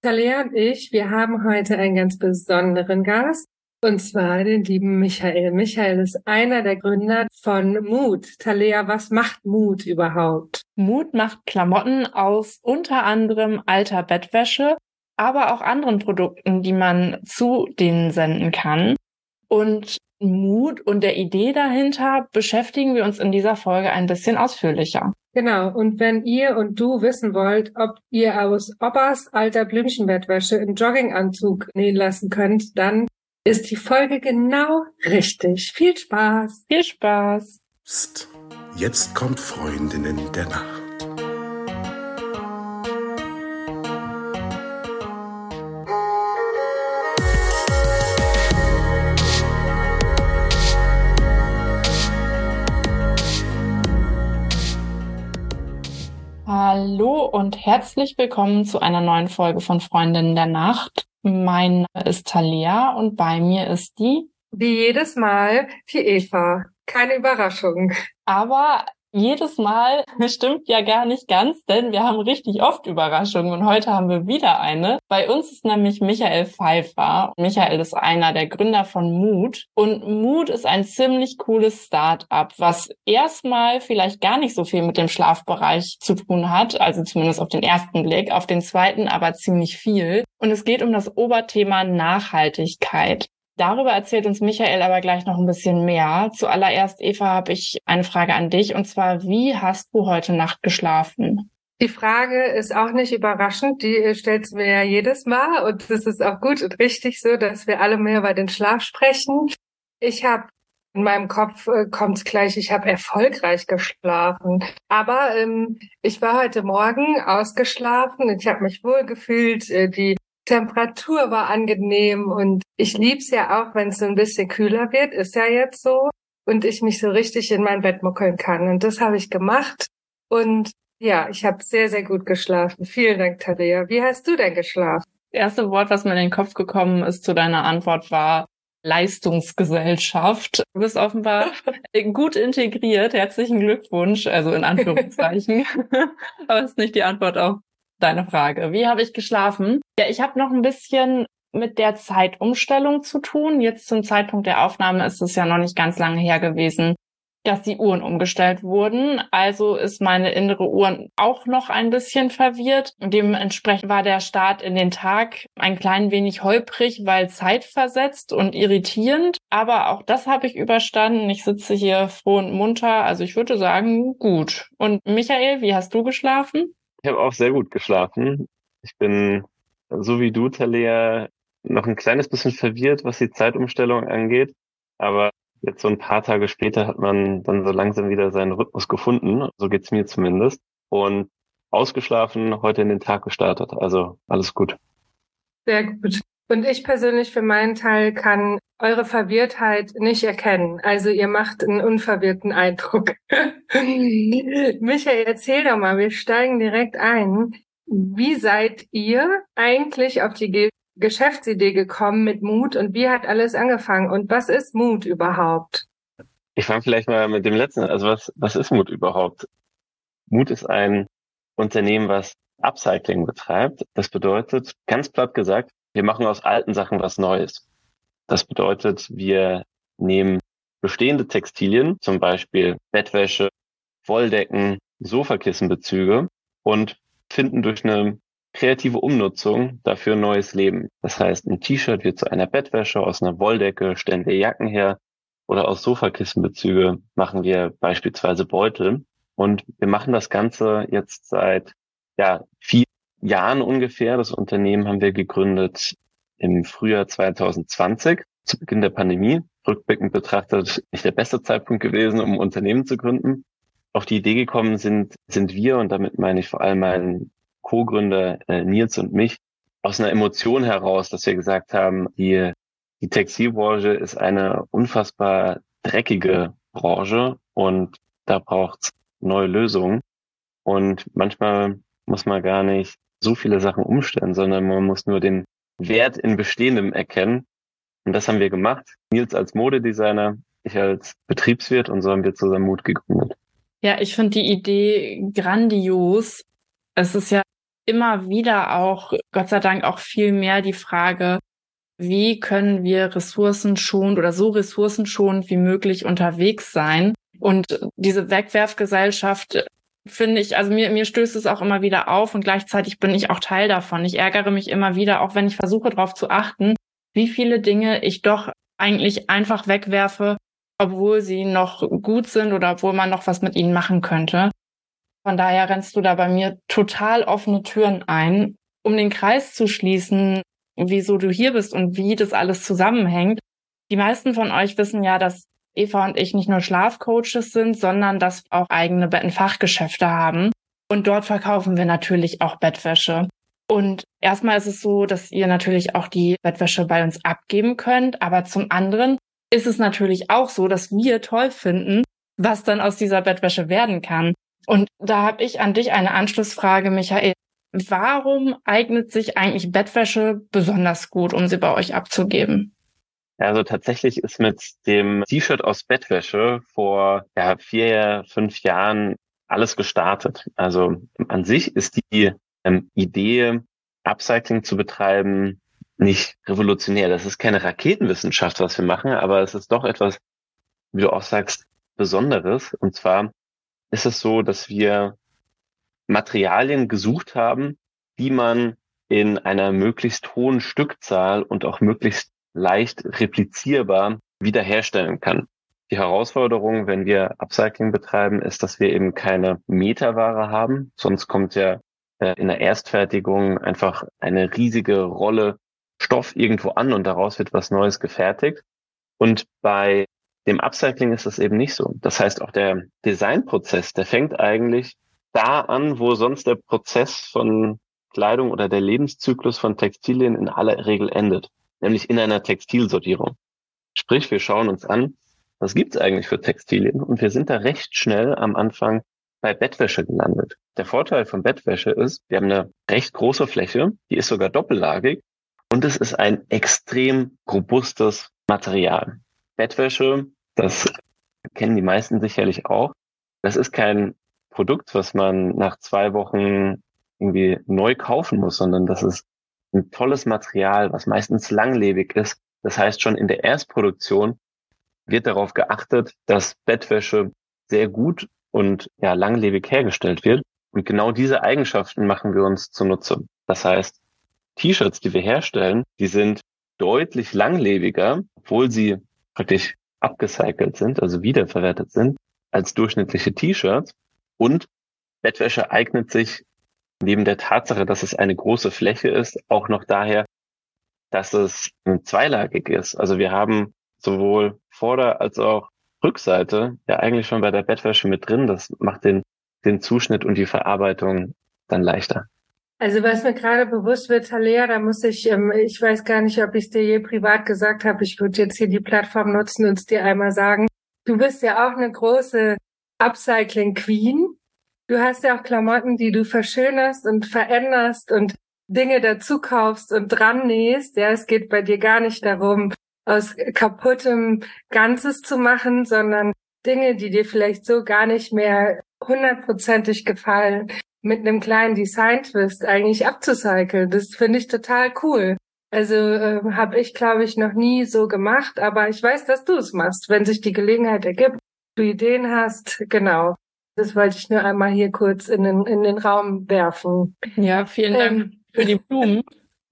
Talia und ich, wir haben heute einen ganz besonderen Gast, und zwar den lieben Michael. Michael ist einer der Gründer von Mood. Talia, was macht Mood überhaupt? Mood macht Klamotten aus unter anderem alter Bettwäsche, aber auch anderen Produkten, die man zu denen senden kann. Und Mood und der Idee dahinter beschäftigen wir uns in dieser Folge ein bisschen ausführlicher. Genau, und wenn ihr und du wissen wollt, ob ihr aus Opas alter Blümchenbettwäsche einen Jogginganzug nähen lassen könnt, dann ist die Folge genau richtig. Viel Spaß! Viel Spaß! Psst, jetzt kommt Freundinnen der Nacht. Hallo und herzlich willkommen zu einer neuen Folge von Freundinnen der Nacht. Mein Name ist Talia und bei mir ist die... Wie jedes Mal die Eva. Keine Überraschung. Aber jedes Mal stimmt ja gar nicht ganz, denn wir haben richtig oft Überraschungen und heute haben wir wieder eine. Bei uns ist nämlich Michael Pfeiffer. Michael ist einer der Gründer von Mood und Mood ist ein ziemlich cooles Start-up, was erstmal vielleicht gar nicht so viel mit dem Schlafbereich zu tun hat, also zumindest auf den ersten Blick, auf den zweiten aber ziemlich viel. Und es geht um das Oberthema Nachhaltigkeit. Darüber erzählt uns Michael aber gleich noch ein bisschen mehr. Zuallererst, Eva, habe ich eine Frage an dich, und zwar, wie hast du heute Nacht geschlafen? Die Frage ist auch nicht überraschend, die stellst du mir ja jedes Mal, und es ist auch gut und richtig so, dass wir alle mehr über den Schlaf sprechen. Ich habe in meinem Kopf kommt's gleich, ich habe erfolgreich geschlafen. Aber ich war heute Morgen ausgeschlafen und ich habe mich wohl gefühlt, die Temperatur war angenehm und ich lieb's ja auch, wenn es so ein bisschen kühler wird, ist ja jetzt so, und ich mich so richtig in mein Bett muckeln kann. Und das habe ich gemacht und ja, ich habe sehr, sehr gut geschlafen. Vielen Dank, Talia. Wie hast du denn geschlafen? Das erste Wort, was mir in den Kopf gekommen ist zu deiner Antwort, war Leistungsgesellschaft. Du bist offenbar gut integriert. Herzlichen Glückwunsch, also in Anführungszeichen. Aber das ist nicht die Antwort auf deine Frage. Wie habe ich geschlafen? Ja, ich habe noch ein bisschen mit der Zeitumstellung zu tun. Jetzt zum Zeitpunkt der Aufnahme ist es ja noch nicht ganz lange her gewesen, dass die Uhren umgestellt wurden. Also ist meine innere Uhr auch noch ein bisschen verwirrt. Dementsprechend war der Start in den Tag ein klein wenig holprig, weil zeitversetzt und irritierend. Aber auch das habe ich überstanden. Ich sitze hier froh und munter. Also ich würde sagen, gut. Und Michael, wie hast du geschlafen? Ich habe auch sehr gut geschlafen. Ich bin, so wie du, Talia, noch ein kleines bisschen verwirrt, was die Zeitumstellung angeht. Aber jetzt so ein paar Tage später hat man dann so langsam wieder seinen Rhythmus gefunden. So geht's mir zumindest. Und ausgeschlafen, heute in den Tag gestartet. Also alles gut. Sehr gut. Und ich persönlich für meinen Teil kann eure Verwirrtheit nicht erkennen. Also ihr macht einen unverwirrten Eindruck. Michael, erzähl doch mal, wir steigen direkt ein. Wie seid ihr eigentlich auf die Geschäftsidee gekommen mit Mood und wie hat alles angefangen? Und was ist Mood überhaupt? Ich fange vielleicht mal mit dem letzten an. Also was ist Mood überhaupt? Mood ist ein Unternehmen, was Upcycling betreibt. Das bedeutet, ganz platt gesagt, wir machen aus alten Sachen was Neues. Das bedeutet, wir nehmen bestehende Textilien, zum Beispiel Bettwäsche, Wolldecken, Sofakissenbezüge, und finden durch eine kreative Umnutzung dafür neues Leben. Das heißt, ein T-Shirt wird zu einer Bettwäsche, aus einer Wolldecke stellen wir Jacken her oder aus Sofakissenbezüge machen wir beispielsweise Beutel. Und wir machen das Ganze jetzt seit 4 Jahren ungefähr. Das Unternehmen haben wir gegründet im Frühjahr 2020, zu Beginn der Pandemie. Rückblickend betrachtet nicht der beste Zeitpunkt gewesen, um ein Unternehmen zu gründen. Auf die Idee gekommen sind wir, und damit meine ich vor allem meinen Co-Gründer Nils und mich, aus einer Emotion heraus, dass wir gesagt haben, die Textilbranche ist eine unfassbar dreckige Branche und da braucht's neue Lösungen. Und manchmal muss man gar nicht so viele Sachen umstellen, sondern man muss nur den Wert in Bestehendem erkennen. Und das haben wir gemacht. Nils als Modedesigner, ich als Betriebswirt, und so haben wir zusammen Mood gegründet. Ja, ich finde die Idee grandios. Es ist ja immer wieder auch, Gott sei Dank, auch viel mehr die Frage, wie können wir ressourcenschonend oder so ressourcenschonend wie möglich unterwegs sein? Und diese Wegwerfgesellschaft, finde ich, also mir stößt es auch immer wieder auf und gleichzeitig bin ich auch Teil davon. Ich ärgere mich immer wieder, auch wenn ich versuche, darauf zu achten, wie viele Dinge ich doch eigentlich einfach wegwerfe, obwohl sie noch gut sind oder obwohl man noch was mit ihnen machen könnte. Von daher rennst du da bei mir total offene Türen ein. Um den Kreis zu schließen, wieso du hier bist und wie das alles zusammenhängt. Die meisten von euch wissen ja, dass Eva und ich nicht nur Schlafcoaches sind, sondern dass wir auch eigene Bettenfachgeschäfte haben. Und dort verkaufen wir natürlich auch Bettwäsche. Und erstmal ist es so, dass ihr natürlich auch die Bettwäsche bei uns abgeben könnt. Aber zum anderen ist es natürlich auch so, dass wir toll finden, was dann aus dieser Bettwäsche werden kann. Und da habe ich an dich eine Anschlussfrage, Michael. Warum eignet sich eigentlich Bettwäsche besonders gut, um sie bei euch abzugeben? Also tatsächlich ist mit dem T-Shirt aus Bettwäsche vor 4, 5 Jahren alles gestartet. Also an sich ist die Idee, Upcycling zu betreiben, nicht revolutionär. Das ist keine Raketenwissenschaft, was wir machen, aber es ist doch etwas, wie du auch sagst, Besonderes. Und zwar ist es so, dass wir Materialien gesucht haben, die man in einer möglichst hohen Stückzahl und auch möglichst leicht replizierbar wiederherstellen kann. Die Herausforderung, wenn wir Upcycling betreiben, ist, dass wir eben keine Meterware haben. Sonst kommt ja in der Erstfertigung einfach eine riesige Rolle Stoff irgendwo an und daraus wird was Neues gefertigt. Und bei dem Upcycling ist das eben nicht so. Das heißt, auch der Designprozess, der fängt eigentlich da an, wo sonst der Prozess von Kleidung oder der Lebenszyklus von Textilien in aller Regel endet, nämlich in einer Textilsortierung. Sprich, wir schauen uns an, was gibt's eigentlich für Textilien? Und wir sind da recht schnell am Anfang bei Bettwäsche gelandet. Der Vorteil von Bettwäsche ist, wir haben eine recht große Fläche, die ist sogar doppellagig und es ist ein extrem robustes Material. Bettwäsche, das kennen die meisten sicherlich auch, das ist kein Produkt, was man nach 2 Wochen irgendwie neu kaufen muss, sondern das ist ein tolles Material, was meistens langlebig ist. Das heißt, schon in der Erstproduktion wird darauf geachtet, dass Bettwäsche sehr gut und langlebig hergestellt wird. Und genau diese Eigenschaften machen wir uns zunutze. Das heißt, T-Shirts, die wir herstellen, die sind deutlich langlebiger, obwohl sie praktisch upgecycelt sind, also wiederverwertet sind, als durchschnittliche T-Shirts. Und Bettwäsche eignet sich neben der Tatsache, dass es eine große Fläche ist, auch noch daher, dass es zweilagig ist. Also wir haben sowohl Vorder- als auch Rückseite eigentlich schon bei der Bettwäsche mit drin. Das macht den Zuschnitt und die Verarbeitung dann leichter. Also was mir gerade bewusst wird, Talea, da muss ich weiß gar nicht, ob ich es dir je privat gesagt habe, ich würde jetzt hier die Plattform nutzen und es dir einmal sagen. Du bist ja auch eine große Upcycling-Queen. Du hast ja auch Klamotten, die du verschönerst und veränderst und Dinge dazu kaufst und dran nähst. Ja, es geht bei dir gar nicht darum, aus kaputtem Ganzes zu machen, sondern Dinge, die dir vielleicht so gar nicht mehr 100%ig gefallen, mit einem kleinen Design-Twist eigentlich abzucyceln. Das finde ich total cool. Also habe ich, glaube ich, noch nie so gemacht, aber ich weiß, dass du es machst, wenn sich die Gelegenheit ergibt, du Ideen hast, genau. Das wollte ich nur einmal hier kurz in den Raum werfen. Ja, vielen Dank für die Blumen.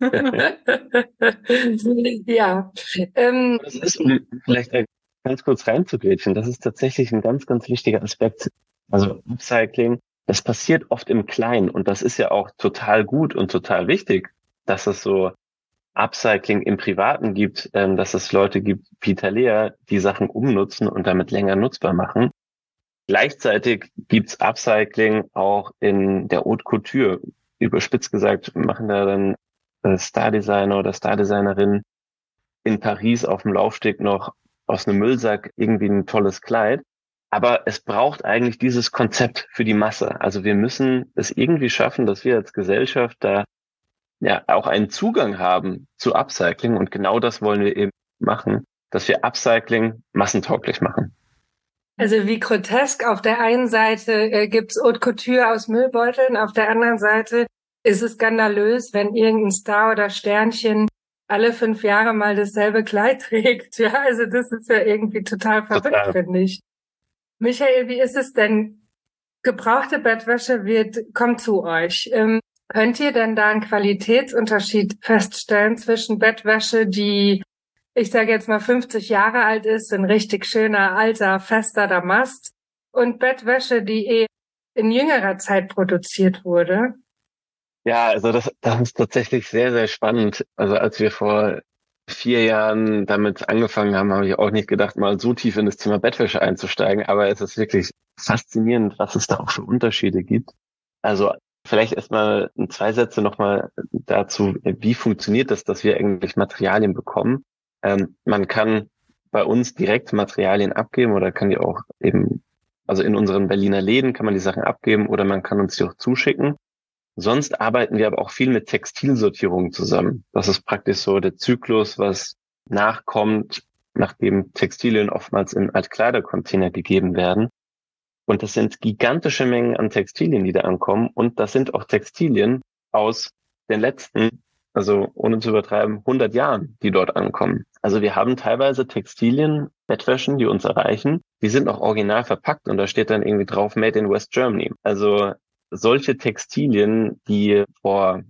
Ja. Das ist, um vielleicht ganz kurz reinzugrätschen, das ist tatsächlich ein ganz, ganz wichtiger Aspekt. Also Upcycling, das passiert oft im Kleinen und das ist ja auch total gut und total wichtig, dass es so Upcycling im Privaten gibt, dass es Leute gibt wie Talea, die Sachen umnutzen und damit länger nutzbar machen. Gleichzeitig gibt's Upcycling auch in der Haute Couture. Überspitzt gesagt machen da dann Stardesigner oder Stardesignerin in Paris auf dem Laufsteg noch aus einem Müllsack irgendwie ein tolles Kleid. Aber es braucht eigentlich dieses Konzept für die Masse. Also wir müssen es irgendwie schaffen, dass wir als Gesellschaft da auch einen Zugang haben zu Upcycling. Und genau das wollen wir eben machen, dass wir Upcycling massentauglich machen. Also wie grotesk. Auf der einen Seite gibt's Haute Couture aus Müllbeuteln, auf der anderen Seite ist es skandalös, wenn irgendein Star oder Sternchen alle 5 Jahre mal dasselbe Kleid trägt. Ja, also das ist ja irgendwie total verrückt, finde ich. Michael, wie ist es denn? Gebrauchte Bettwäsche kommt zu euch. Könnt ihr denn da einen Qualitätsunterschied feststellen zwischen Bettwäsche, die, ich sage jetzt mal 50 Jahre alt ist, ein richtig schöner, alter, fester Damast, und Bettwäsche, die eher in jüngerer Zeit produziert wurde? Ja, also das ist tatsächlich sehr, sehr spannend. Also als wir vor 4 Jahren damit angefangen haben, habe ich auch nicht gedacht, mal so tief in das Thema Bettwäsche einzusteigen. Aber es ist wirklich faszinierend, was es da auch für Unterschiede gibt. Also vielleicht erstmal 2 Sätze nochmal dazu, wie funktioniert das, dass wir eigentlich Materialien bekommen. Man kann bei uns direkt Materialien abgeben oder kann die auch eben, also in unseren Berliner Läden kann man die Sachen abgeben oder man kann uns die auch zuschicken. Sonst arbeiten wir aber auch viel mit Textilsortierungen zusammen. Das ist praktisch so der Zyklus, was nachkommt, nachdem Textilien oftmals in Altkleidercontainer gegeben werden. Und das sind gigantische Mengen an Textilien, die da ankommen. Und das sind auch Textilien aus den letzten, also ohne zu übertreiben, 100 Jahren, die dort ankommen. Also wir haben teilweise Textilien, Bettwäschen, die uns erreichen. Die sind auch original verpackt und da steht dann irgendwie drauf Made in West Germany. Also solche Textilien, die vor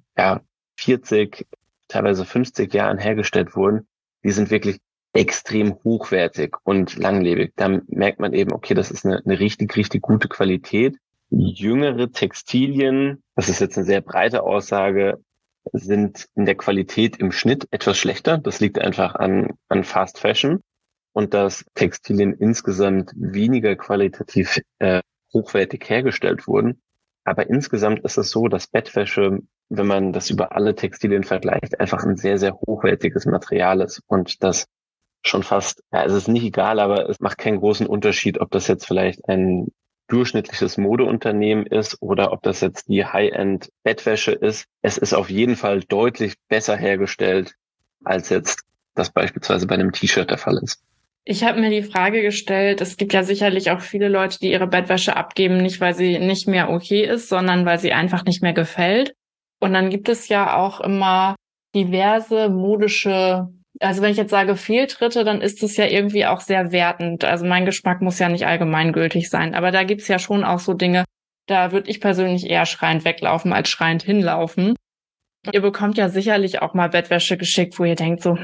40, teilweise 50 Jahren hergestellt wurden, die sind wirklich extrem hochwertig und langlebig. Da merkt man eben, okay, das ist eine richtig, richtig gute Qualität. Jüngere Textilien, das ist jetzt eine sehr breite Aussage, sind in der Qualität im Schnitt etwas schlechter. Das liegt einfach an Fast Fashion und dass Textilien insgesamt weniger qualitativ hochwertig hergestellt wurden. Aber insgesamt ist es so, dass Bettwäsche, wenn man das über alle Textilien vergleicht, einfach ein sehr, sehr hochwertiges Material ist und das schon fast, es ist nicht egal, aber es macht keinen großen Unterschied, ob das jetzt vielleicht ein durchschnittliches Modeunternehmen ist oder ob das jetzt die High-End-Bettwäsche ist. Es ist auf jeden Fall deutlich besser hergestellt, als jetzt das beispielsweise bei einem T-Shirt der Fall ist. Ich habe mir die Frage gestellt, es gibt ja sicherlich auch viele Leute, die ihre Bettwäsche abgeben, nicht weil sie nicht mehr okay ist, sondern weil sie einfach nicht mehr gefällt. Und dann gibt es ja auch immer diverse modische, also wenn ich jetzt sage Fehltritte, dann ist es ja irgendwie auch sehr wertend. Also mein Geschmack muss ja nicht allgemeingültig sein, aber da gibt's ja schon auch so Dinge, da würde ich persönlich eher schreiend weglaufen als schreiend hinlaufen. Ihr bekommt ja sicherlich auch mal Bettwäsche geschickt, wo ihr denkt so,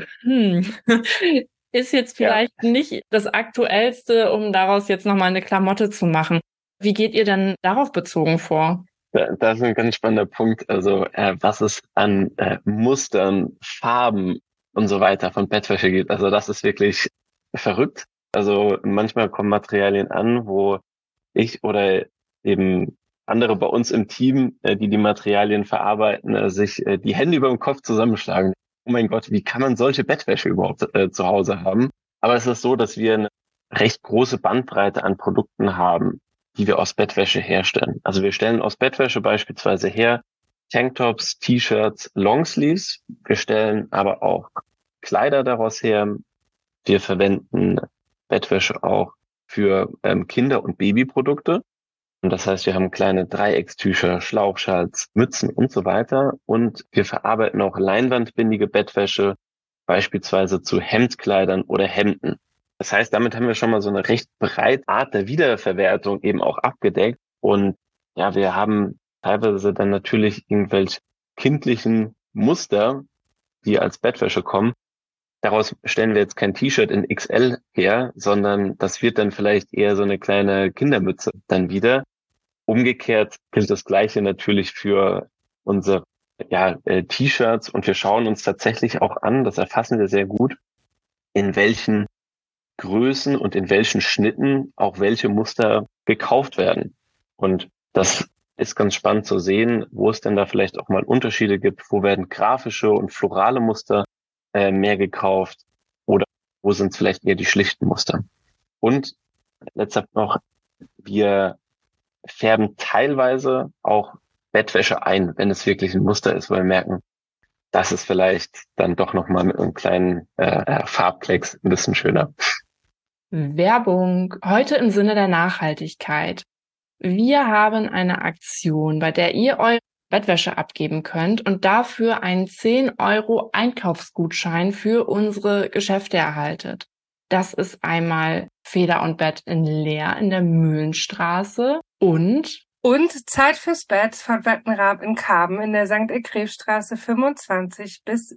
ist jetzt vielleicht nicht das Aktuellste, um daraus jetzt nochmal eine Klamotte zu machen. Wie geht ihr denn darauf bezogen vor? Das ist ein ganz spannender Punkt. Also was es an Mustern, Farben und so weiter von Bettwäsche gibt. Also das ist wirklich verrückt. Also manchmal kommen Materialien an, wo ich oder eben andere bei uns im Team, die Materialien verarbeiten, sich die Hände über dem Kopf zusammenschlagen. Oh mein Gott, wie kann man solche Bettwäsche überhaupt zu Hause haben? Aber es ist so, dass wir eine recht große Bandbreite an Produkten haben, die wir aus Bettwäsche herstellen. Also wir stellen aus Bettwäsche beispielsweise her Tanktops, T-Shirts, Longsleeves. Wir stellen aber auch Kleider daraus her. Wir verwenden Bettwäsche auch für Kinder- und Babyprodukte. Und das heißt, wir haben kleine Dreieckstücher, Schlauchschals, Mützen und so weiter. Und wir verarbeiten auch leinwandbindige Bettwäsche, beispielsweise zu Hemdkleidern oder Hemden. Das heißt, damit haben wir schon mal so eine recht breite Art der Wiederverwertung eben auch abgedeckt. Und ja, wir haben teilweise dann natürlich irgendwelche kindlichen Muster, die als Bettwäsche kommen. Daraus stellen wir jetzt kein T-Shirt in XL her, sondern das wird dann vielleicht eher so eine kleine Kindermütze dann wieder. Umgekehrt gilt das Gleiche natürlich für unsere T-Shirts und wir schauen uns tatsächlich auch an, das erfassen wir sehr gut, in welchen Größen und in welchen Schnitten auch welche Muster gekauft werden. Und das ist ganz spannend zu sehen, wo es denn da vielleicht auch mal Unterschiede gibt, wo werden grafische und florale Muster mehr gekauft oder wo sind es vielleicht eher die schlichten Muster. Und letzter noch, wir färben teilweise auch Bettwäsche ein, wenn es wirklich ein Muster ist, weil wir merken, das ist vielleicht dann doch nochmal mit einem kleinen Farbklecks ein bisschen schöner. Werbung, heute im Sinne der Nachhaltigkeit. Wir haben eine Aktion, bei der ihr eure Bettwäsche abgeben könnt und dafür einen 10 € Einkaufsgutschein für unsere Geschäfte erhaltet. Das ist einmal Feder und Bett in Leer in der Mühlenstraße und Zeit fürs Bett von Bettenraab in Karben in der St. Ekrefstraße 25 bis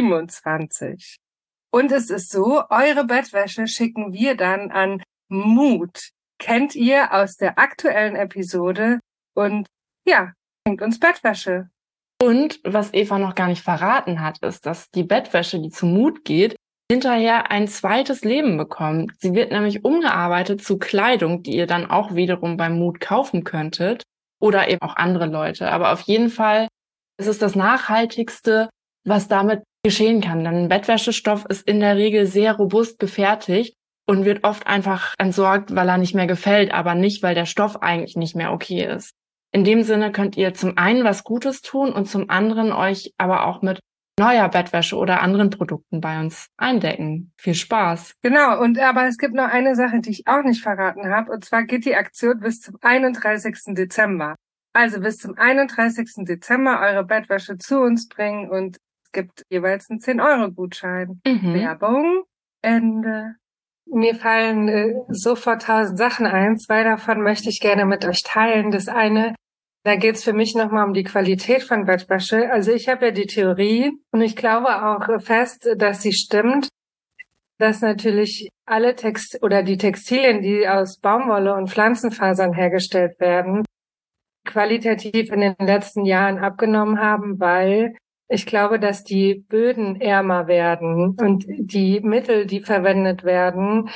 27. Und es ist so, eure Bettwäsche schicken wir dann an Mut. Kennt ihr aus der aktuellen Episode und ja, schenkt uns Bettwäsche. Und was Eva noch gar nicht verraten hat, ist, dass die Bettwäsche, die zu Mut geht, hinterher ein zweites Leben bekommt. Sie wird nämlich umgearbeitet zu Kleidung, die ihr dann auch wiederum beim Mut kaufen könntet oder eben auch andere Leute. Aber auf jeden Fall ist es das Nachhaltigste, was damit geschehen kann. Denn Bettwäschestoff ist in der Regel sehr robust gefertigt und wird oft einfach entsorgt, weil er nicht mehr gefällt, aber nicht, weil der Stoff eigentlich nicht mehr okay ist. In dem Sinne könnt ihr zum einen was Gutes tun und zum anderen euch aber auch mit neuer Bettwäsche oder anderen Produkten bei uns eindecken. Viel Spaß. Genau, aber es gibt noch eine Sache, die ich auch nicht verraten habe, und zwar geht die Aktion bis zum 31. Dezember. Also bis zum 31. Dezember eure Bettwäsche zu uns bringen und es gibt jeweils einen 10-€-Gutschein. Werbung, Ende. Mir fallen sofort 1000 Sachen ein. 2 davon möchte ich gerne mit euch teilen. Das eine, da geht's für mich nochmal um die Qualität von Bettwäsche. Also ich habe ja die Theorie und ich glaube auch fest, dass sie stimmt, dass natürlich alle die Textilien, die aus Baumwolle und Pflanzenfasern hergestellt werden, qualitativ in den letzten Jahren abgenommen haben, weil ich glaube, dass die Böden ärmer werden und die Mittel, die verwendet werden,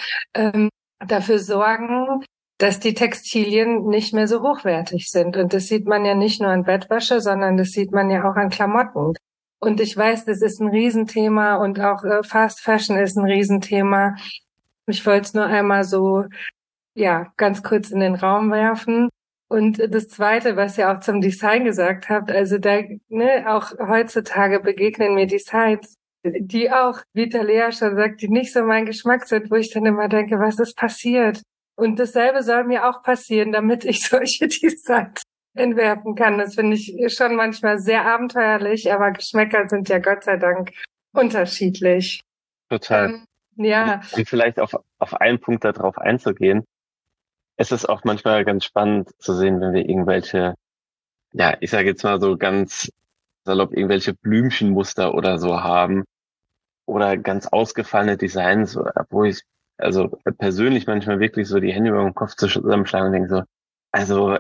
dafür sorgen, dass die Textilien nicht mehr so hochwertig sind. Und das sieht man ja nicht nur an Bettwäsche, sondern das sieht man ja auch an Klamotten. Und ich weiß, das ist ein Riesenthema und auch Fast Fashion ist ein Riesenthema. Ich wollte es nur einmal so, ja, ganz kurz in den Raum werfen. Und das Zweite, was ihr auch zum Design gesagt habt, also da, auch heutzutage begegnen mir Designs, die auch, wie Talea schon sagt, die nicht so mein Geschmack sind, wo ich dann immer denke, was ist passiert? Und dasselbe soll mir auch passieren, damit ich solche Designs entwerfen kann. Das finde ich schon manchmal sehr abenteuerlich, aber Geschmäcker sind ja Gott sei Dank unterschiedlich. Total. Ja. Und vielleicht auf einen Punkt darauf einzugehen. Es ist auch manchmal ganz spannend zu sehen, wenn wir irgendwelche, ja, ich sage jetzt mal so ganz salopp, irgendwelche Blümchenmuster oder so haben oder ganz ausgefallene Designs, wo ich also persönlich manchmal wirklich so die Hände über den Kopf zusammenschlagen und denke so, also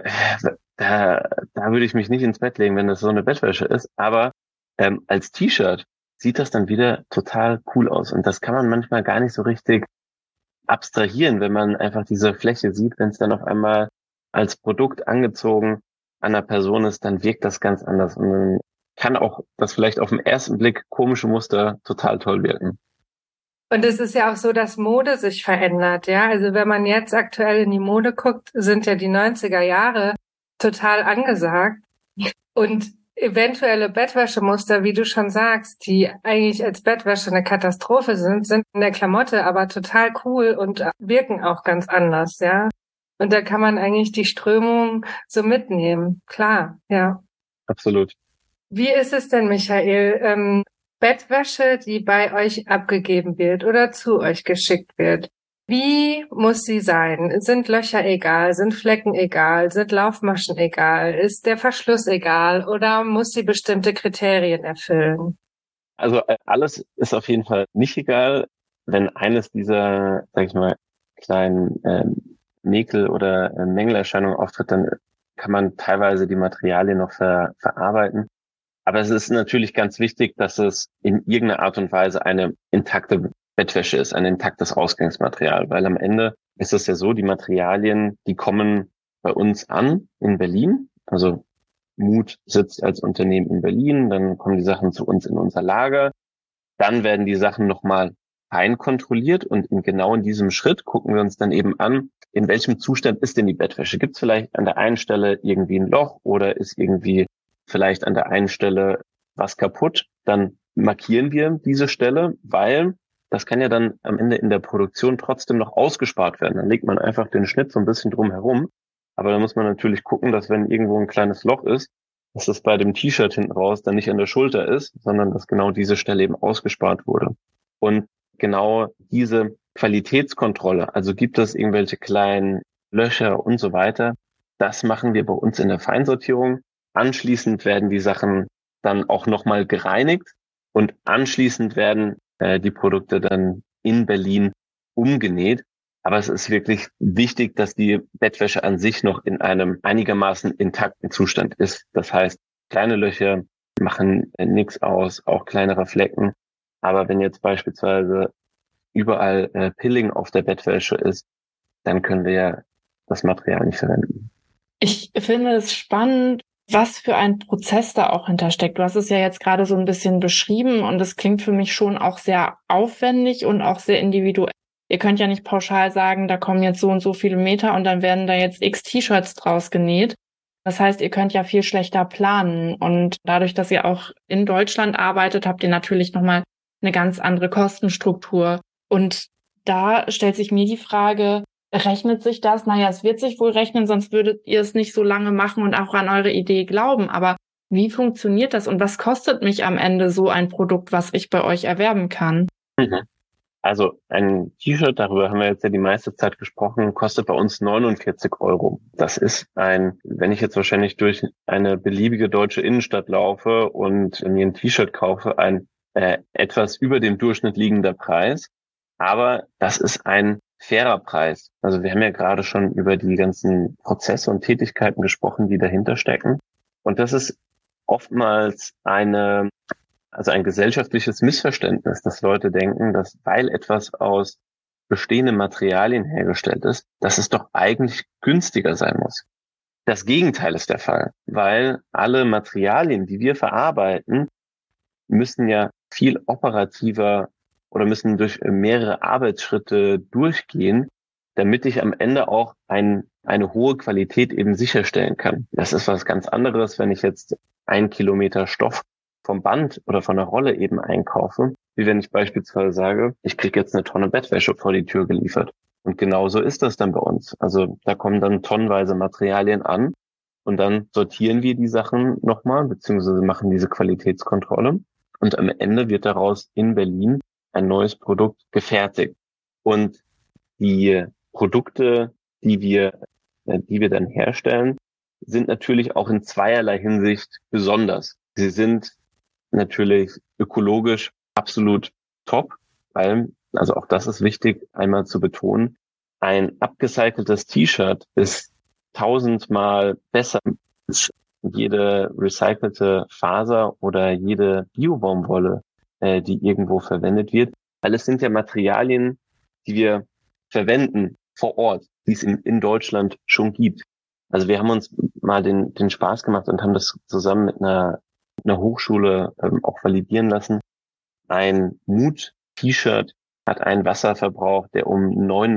da würde ich mich nicht ins Bett legen, wenn das so eine Bettwäsche ist, aber als T-Shirt sieht das dann wieder total cool aus und das kann man manchmal gar nicht so richtig abstrahieren, wenn man einfach diese Fläche sieht. Wenn es dann auf einmal als Produkt angezogen an einer Person ist, dann wirkt das ganz anders und dann kann auch das vielleicht auf den ersten Blick komische Muster total toll wirken. Und es ist ja auch so, dass Mode sich verändert, ja. Also wenn man jetzt aktuell in die Mode guckt, sind ja die 90er Jahre total angesagt und eventuelle Bettwäschemuster, wie du schon sagst, die eigentlich als Bettwäsche eine Katastrophe sind in der Klamotte aber total cool und wirken auch ganz anders, ja. Und da kann man eigentlich die Strömung so mitnehmen. Klar, ja. Absolut. Wie ist es denn, Michael? Bettwäsche, die bei euch abgegeben wird oder zu euch geschickt wird. Wie muss sie sein? Sind Löcher egal? Sind Flecken egal? Sind Laufmaschen egal? Ist der Verschluss egal? Oder muss sie bestimmte Kriterien erfüllen? Also alles ist auf jeden Fall nicht egal. Wenn eines dieser, sag ich mal, kleinen Mäkel oder Mängelerscheinungen auftritt, dann kann man teilweise die Materialien noch verarbeiten. Aber es ist natürlich ganz wichtig, dass es in irgendeiner Art und Weise eine intakte Bettwäsche ist, ein intaktes Ausgangsmaterial, weil am Ende ist es ja so, die Materialien, die kommen bei uns an in Berlin, also Mut sitzt als Unternehmen in Berlin, dann kommen die Sachen zu uns in unser Lager, dann werden die Sachen nochmal fein kontrolliert und genau in diesem Schritt gucken wir uns dann eben an, in welchem Zustand ist denn die Bettwäsche? Gibt es vielleicht an der einen Stelle irgendwie ein Loch oder ist irgendwie vielleicht an der einen Stelle was kaputt? Dann markieren wir diese Stelle, weil das kann ja dann am Ende in der Produktion trotzdem noch ausgespart werden. Dann legt man einfach den Schnitt so ein bisschen drum herum. Aber da muss man natürlich gucken, dass wenn irgendwo ein kleines Loch ist, dass es bei dem T-Shirt hinten raus dann nicht an der Schulter ist, sondern dass genau diese Stelle eben ausgespart wurde. Und genau diese Qualitätskontrolle, also gibt es irgendwelche kleinen Löcher und so weiter, das machen wir bei uns in der Feinsortierung. Anschließend werden die Sachen dann auch nochmal gereinigt und anschließend werden die Produkte dann in Berlin umgenäht. Aber es ist wirklich wichtig, dass die Bettwäsche an sich noch in einem einigermaßen intakten Zustand ist. Das heißt, kleine Löcher machen nichts aus, auch kleinere Flecken. Aber wenn jetzt beispielsweise überall Pilling auf der Bettwäsche ist, dann können wir ja das Material nicht verwenden. Ich finde es spannend, was für ein Prozess da auch hintersteckt. Du hast es ja jetzt gerade so ein bisschen beschrieben und es klingt für mich schon auch sehr aufwendig und auch sehr individuell. Ihr könnt ja nicht pauschal sagen, da kommen jetzt so und so viele Meter und dann werden da jetzt x T-Shirts draus genäht. Das heißt, ihr könnt ja viel schlechter planen und dadurch, dass ihr auch in Deutschland arbeitet, habt ihr natürlich nochmal eine ganz andere Kostenstruktur. Und da stellt sich mir die Frage, rechnet sich das? Naja, es wird sich wohl rechnen, sonst würdet ihr es nicht so lange machen und auch an eure Idee glauben. Aber wie funktioniert das und was kostet mich am Ende so ein Produkt, was ich bei euch erwerben kann? Also ein T-Shirt, darüber haben wir jetzt ja die meiste Zeit gesprochen, kostet bei uns 49 Euro. Das ist wenn ich jetzt wahrscheinlich durch eine beliebige deutsche Innenstadt laufe und mir ein T-Shirt kaufe, ein etwas über dem Durchschnitt liegender Preis. Aber das ist ein fairer Preis. Also wir haben ja gerade schon über die ganzen Prozesse und Tätigkeiten gesprochen, die dahinter stecken. Und das ist oftmals ein gesellschaftliches Missverständnis, dass Leute denken, dass weil etwas aus bestehenden Materialien hergestellt ist, dass es doch eigentlich günstiger sein muss. Das Gegenteil ist der Fall, weil alle Materialien, die wir verarbeiten, müssen ja viel operativer oder müssen durch mehrere Arbeitsschritte durchgehen, damit ich am Ende auch eine hohe Qualität eben sicherstellen kann. Das ist was ganz anderes, wenn ich jetzt 1 Kilometer Stoff vom Band oder von der Rolle eben einkaufe, wie wenn ich beispielsweise sage, ich kriege jetzt eine Tonne Bettwäsche vor die Tür geliefert. Und genauso ist das dann bei uns. Also da kommen dann tonnenweise Materialien an und dann sortieren wir die Sachen nochmal, beziehungsweise machen diese Qualitätskontrolle. Und am Ende wird daraus in Berlin ein neues Produkt gefertigt. Und die Produkte, die wir dann herstellen, sind natürlich auch in zweierlei Hinsicht besonders. Sie sind natürlich ökologisch absolut top, weil, also auch das ist wichtig einmal zu betonen, ein upgecyceltes T-Shirt ist 1000-mal besser als jede recycelte Faser oder jede Bio-Baumwolle, die irgendwo verwendet wird. Weil es sind ja Materialien, die wir verwenden vor Ort, die es in Deutschland schon gibt. Also wir haben uns mal den Spaß gemacht und haben das zusammen mit einer Hochschule auch validieren lassen. Ein Mut-T-Shirt hat einen Wasserverbrauch, der um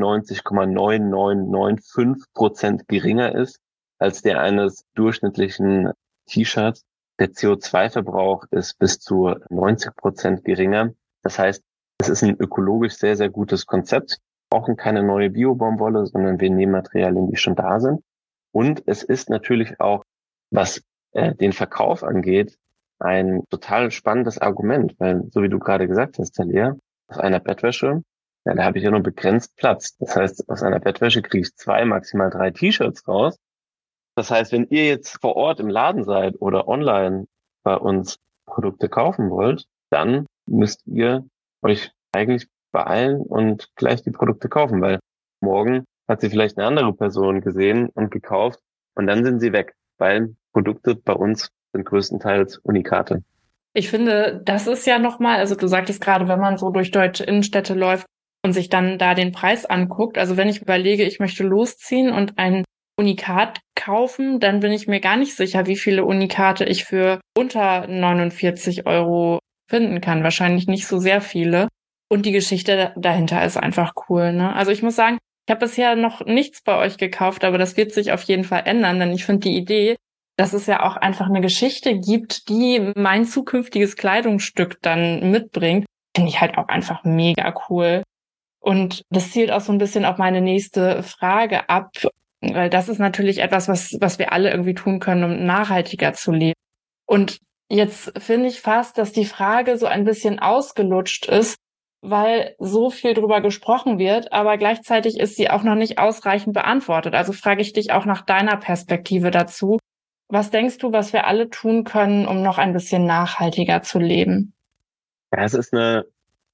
99,9995% geringer ist als der eines durchschnittlichen T-Shirts. Der CO2-Verbrauch ist bis zu 90% geringer. Das heißt, es ist ein ökologisch sehr, sehr gutes Konzept. Wir brauchen keine neue Bio-Baumwolle, sondern wir nehmen Materialien, die schon da sind. Und es ist natürlich auch, was den Verkauf angeht, ein total spannendes Argument, weil, so wie du gerade gesagt hast, Talia, aus einer Bettwäsche, ja, da habe ich ja nur begrenzt Platz. Das heißt, aus einer Bettwäsche kriege ich 2, maximal 3 T-Shirts raus. Das heißt, wenn ihr jetzt vor Ort im Laden seid oder online bei uns Produkte kaufen wollt, dann müsst ihr euch eigentlich beeilen und gleich die Produkte kaufen, weil morgen hat sie vielleicht eine andere Person gesehen und gekauft und dann sind sie weg, weil Produkte bei uns sind größtenteils Unikate. Ich finde, das ist ja nochmal, also du sagtest gerade, wenn man so durch deutsche Innenstädte läuft und sich dann da den Preis anguckt, also wenn ich überlege, ich möchte losziehen und ein Unikat kaufen, dann bin ich mir gar nicht sicher, wie viele Unikate ich für unter 49 Euro finden kann. Wahrscheinlich nicht so sehr viele. Und die Geschichte dahinter ist einfach cool, ne? Also ich muss sagen, ich habe bisher noch nichts bei euch gekauft, aber das wird sich auf jeden Fall ändern, denn ich finde die Idee, dass es ja auch einfach eine Geschichte gibt, die mein zukünftiges Kleidungsstück dann mitbringt, finde ich halt auch einfach mega cool. Und das zielt auch so ein bisschen auf meine nächste Frage ab, weil das ist natürlich etwas, was wir alle irgendwie tun können, um nachhaltiger zu leben. Und jetzt finde ich fast, dass die Frage so ein bisschen ausgelutscht ist, weil so viel drüber gesprochen wird, aber gleichzeitig ist sie auch noch nicht ausreichend beantwortet. Also frage ich dich auch nach deiner Perspektive dazu. Was denkst du, was wir alle tun können, um noch ein bisschen nachhaltiger zu leben? Ja, es ist eine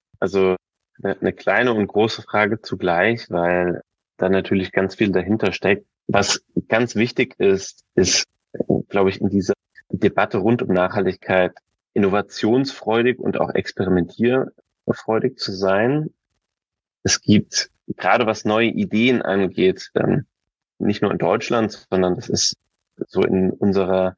kleine und große Frage zugleich, weil da natürlich ganz viel dahinter steckt. Was ganz wichtig ist, glaube ich, in dieser Debatte rund um Nachhaltigkeit innovationsfreudig und auch experimentierfreudig zu sein. Es gibt, gerade was neue Ideen angeht, nicht nur in Deutschland, sondern das ist so in unserer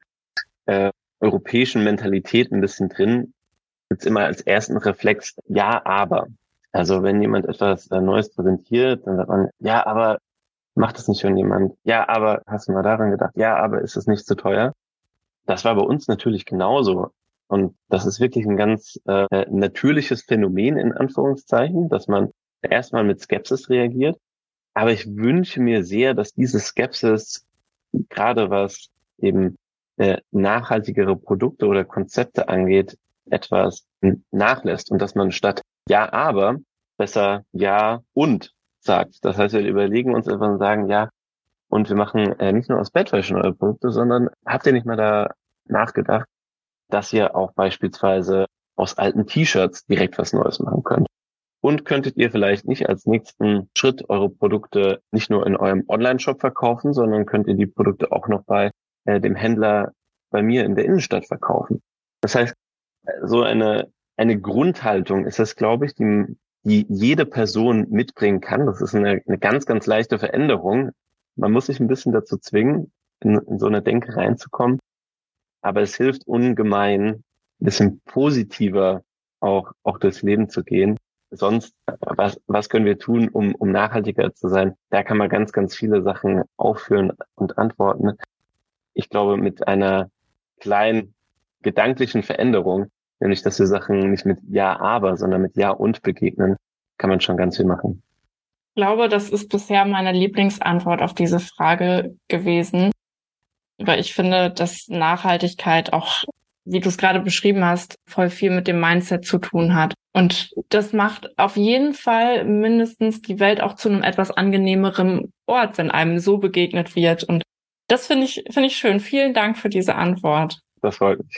europäischen Mentalität ein bisschen drin, gibt's immer als ersten Reflex, ja, aber. Also wenn jemand etwas Neues präsentiert, dann sagt man, ja, aber macht das nicht schon jemand? Ja, aber hast du mal daran gedacht? Ja, aber ist es nicht zu teuer? Das war bei uns natürlich genauso. Und das ist wirklich ein ganz natürliches Phänomen, in Anführungszeichen, dass man erstmal mit Skepsis reagiert. Aber ich wünsche mir sehr, dass diese Skepsis, gerade was eben nachhaltigere Produkte oder Konzepte angeht, etwas nachlässt und dass man statt ja, aber besser ja und sagt. Das heißt, wir überlegen uns einfach und sagen, ja, und wir machen nicht nur aus Bettwäsche neue Produkte, sondern habt ihr nicht mal da nachgedacht, dass ihr auch beispielsweise aus alten T-Shirts direkt was Neues machen könnt? Und könntet ihr vielleicht nicht als nächsten Schritt eure Produkte nicht nur in eurem Online-Shop verkaufen, sondern könnt ihr die Produkte auch noch bei dem Händler bei mir in der Innenstadt verkaufen? Das heißt, so eine Grundhaltung ist das, glaube ich, die jede Person mitbringen kann. Das ist eine ganz, ganz leichte Veränderung. Man muss sich ein bisschen dazu zwingen, in so eine Denke reinzukommen. Aber es hilft ungemein, ein bisschen positiver auch durchs Leben zu gehen. Sonst, was können wir tun, um nachhaltiger zu sein? Da kann man ganz, ganz viele Sachen aufführen und antworten. Ich glaube, mit einer kleinen gedanklichen Veränderung, nämlich, dass wir Sachen nicht mit Ja, aber, sondern mit Ja und begegnen, kann man schon ganz viel machen. Ich glaube, das ist bisher meine Lieblingsantwort auf diese Frage gewesen, weil ich finde, dass Nachhaltigkeit auch, wie du es gerade beschrieben hast, voll viel mit dem Mindset zu tun hat. Und das macht auf jeden Fall mindestens die Welt auch zu einem etwas angenehmeren Ort, wenn einem so begegnet wird. Und das finde ich schön. Vielen Dank für diese Antwort. Das freut mich.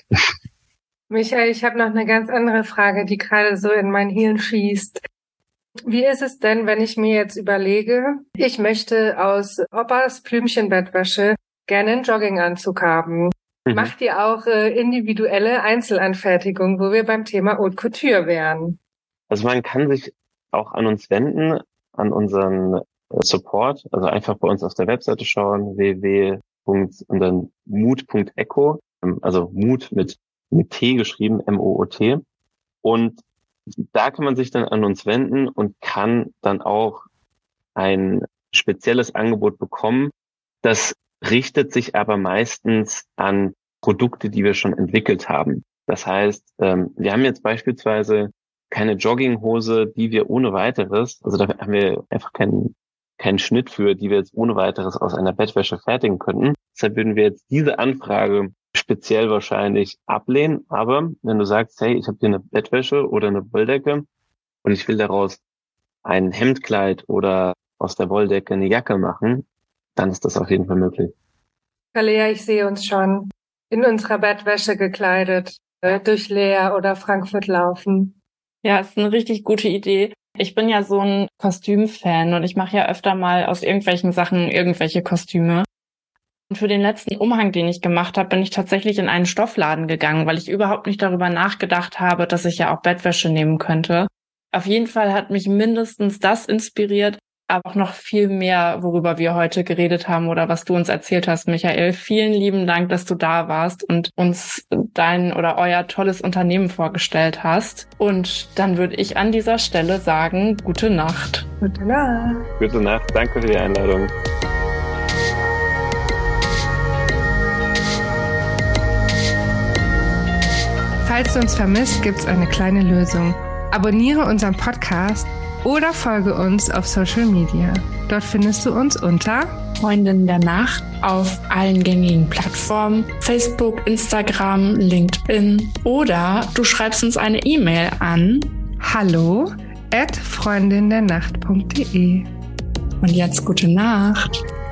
Michael, ich habe noch eine ganz andere Frage, die gerade so in mein Hirn schießt. Wie ist es denn, wenn ich mir jetzt überlege, ich möchte aus Oppas Blümchenbettwäsche gerne einen Jogginganzug haben? Macht ihr auch individuelle Einzelanfertigung, wo wir beim Thema Haute Couture wären? Also man kann sich auch an uns wenden, an unseren Support, also einfach bei uns auf der Webseite schauen, www.moot.eco, also Moot mit T geschrieben, M-O-O-T. Und da kann man sich dann an uns wenden und kann dann auch ein spezielles Angebot bekommen. Das richtet sich aber meistens an Produkte, die wir schon entwickelt haben. Das heißt, wir haben jetzt beispielsweise keine Jogginghose, die wir ohne weiteres, also da haben wir einfach keinen Schnitt für, die wir jetzt ohne weiteres aus einer Bettwäsche fertigen könnten. Deshalb würden wir jetzt diese Anfrage speziell wahrscheinlich ablehnen. Aber wenn du sagst, hey, ich habe hier eine Bettwäsche oder eine Wolldecke und ich will daraus ein Hemdkleid oder aus der Wolldecke eine Jacke machen, dann ist das auf jeden Fall möglich. Lea, ich sehe uns schon in unserer Bettwäsche gekleidet, durch Leer oder Frankfurt laufen. Ja, ist eine richtig gute Idee. Ich bin ja so ein Kostümfan und ich mache ja öfter mal aus irgendwelchen Sachen irgendwelche Kostüme. Und für den letzten Umhang, den ich gemacht habe, bin ich tatsächlich in einen Stoffladen gegangen, weil ich überhaupt nicht darüber nachgedacht habe, dass ich ja auch Bettwäsche nehmen könnte. Auf jeden Fall hat mich mindestens das inspiriert, aber auch noch viel mehr, worüber wir heute geredet haben oder was du uns erzählt hast, Michael. Vielen lieben Dank, dass du da warst und uns dein oder euer tolles Unternehmen vorgestellt hast. Und dann würde ich an dieser Stelle sagen, gute Nacht. Gute Nacht. Gute Nacht. Danke für die Einladung. Falls du uns vermisst, gibt's eine kleine Lösung. Abonniere unseren Podcast oder folge uns auf Social Media. Dort findest du uns unter Freundin der Nacht auf allen gängigen Plattformen, Facebook, Instagram, LinkedIn oder du schreibst uns eine E-Mail an hallo@freundindernacht.de. Und jetzt gute Nacht.